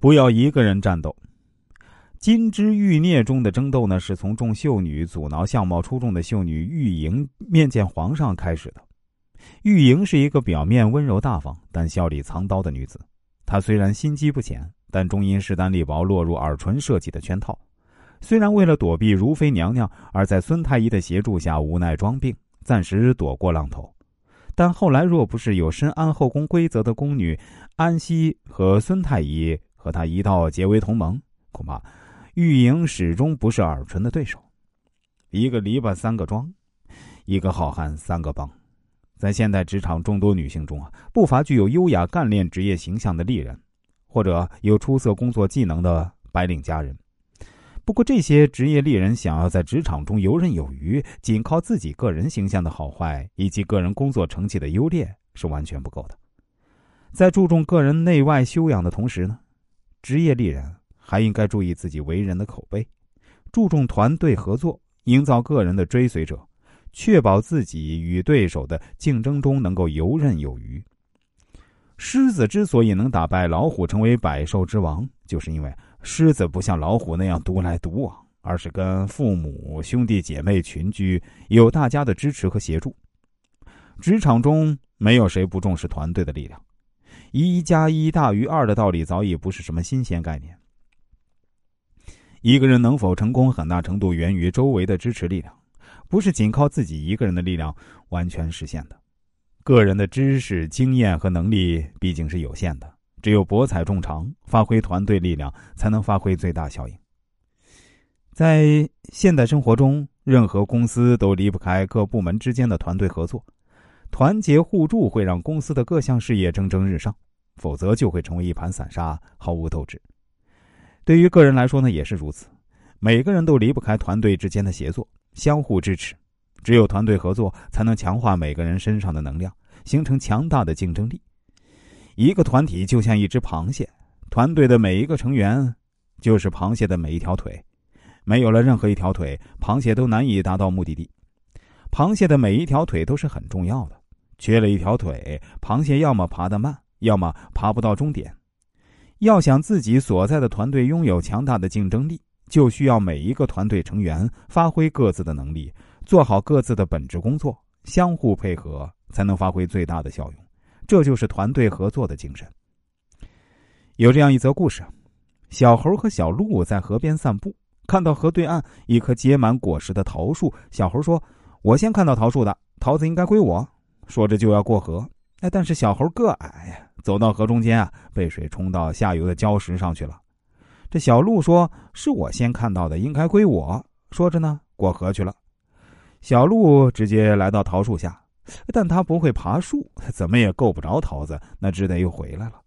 不要一个人战斗。金枝玉孽中的争斗呢，是从众秀女阻挠相貌出众的秀女玉莹面见皇上开始的。玉莹是一个表面温柔大方，但笑里藏刀的女子。她虽然心机不浅，但终因势单力薄，落入尔淳设计的圈套。虽然为了躲避如妃娘娘，而在孙太医的协助下无奈装病，暂时躲过浪头，但后来若不是有深谙后宫规则的宫女安熙和孙太医和她一道结为同盟，恐怕玉莹始终不是尔淳的对手。一个篱笆三个桩，一个好汉三个帮。在现代职场众多女性中不乏具有优雅干练职业形象的丽人，或者有出色工作技能的白领佳人。不过这些职业丽人想要在职场中游刃有余，仅靠自己个人形象的好坏以及个人工作成绩的优劣是完全不够的。在注重个人内外修养的同时呢，职业丽人还应该注意自己为人的口碑，注重团队合作，营造个人的追随者，确保自己与对手的竞争中能够游刃有余。狮子之所以能打败老虎成为百兽之王，就是因为狮子不像老虎那样独来独往，而是跟父母、兄弟姐妹群居，有大家的支持和协助。职场中没有谁不重视团队的力量，1+1大于2的道理早已不是什么新鲜概念。一个人能否成功，很大程度源于周围的支持力量，不是仅靠自己一个人的力量完全实现的。个人的知识、经验和能力毕竟是有限的，只有博采众长，发挥团队力量，才能发挥最大效应。在现代生活中，任何公司都离不开各部门之间的团队合作，团结互助会让公司的各项事业蒸蒸日上，否则就会成为一盘散沙，毫无斗志。对于个人来说呢，也是如此。每个人都离不开团队之间的协作，相互支持。只有团队合作，才能强化每个人身上的能量，形成强大的竞争力。一个团体就像一只螃蟹，团队的每一个成员就是螃蟹的每一条腿。没有了任何一条腿，螃蟹都难以达到目的地。螃蟹的每一条腿都是很重要的，缺了一条腿，螃蟹要么爬得慢，要么爬不到终点。要想自己所在的团队拥有强大的竞争力，就需要每一个团队成员发挥各自的能力，做好各自的本职工作，相互配合，才能发挥最大的效用。这就是团队合作的精神。有这样一则故事，小猴和小鹿在河边散步，看到河对岸一棵结满果实的桃树，小猴说：“我先看到桃树的，桃子应该归我。”说着就要过河，但是小猴个矮，走到河中间被水冲到下游的礁石上去了。这小鹿说：“是我先看到的，应该归我。”说着呢，过河去了。小鹿直接来到桃树下，但他不会爬树，怎么也够不着桃子，那只得又回来了。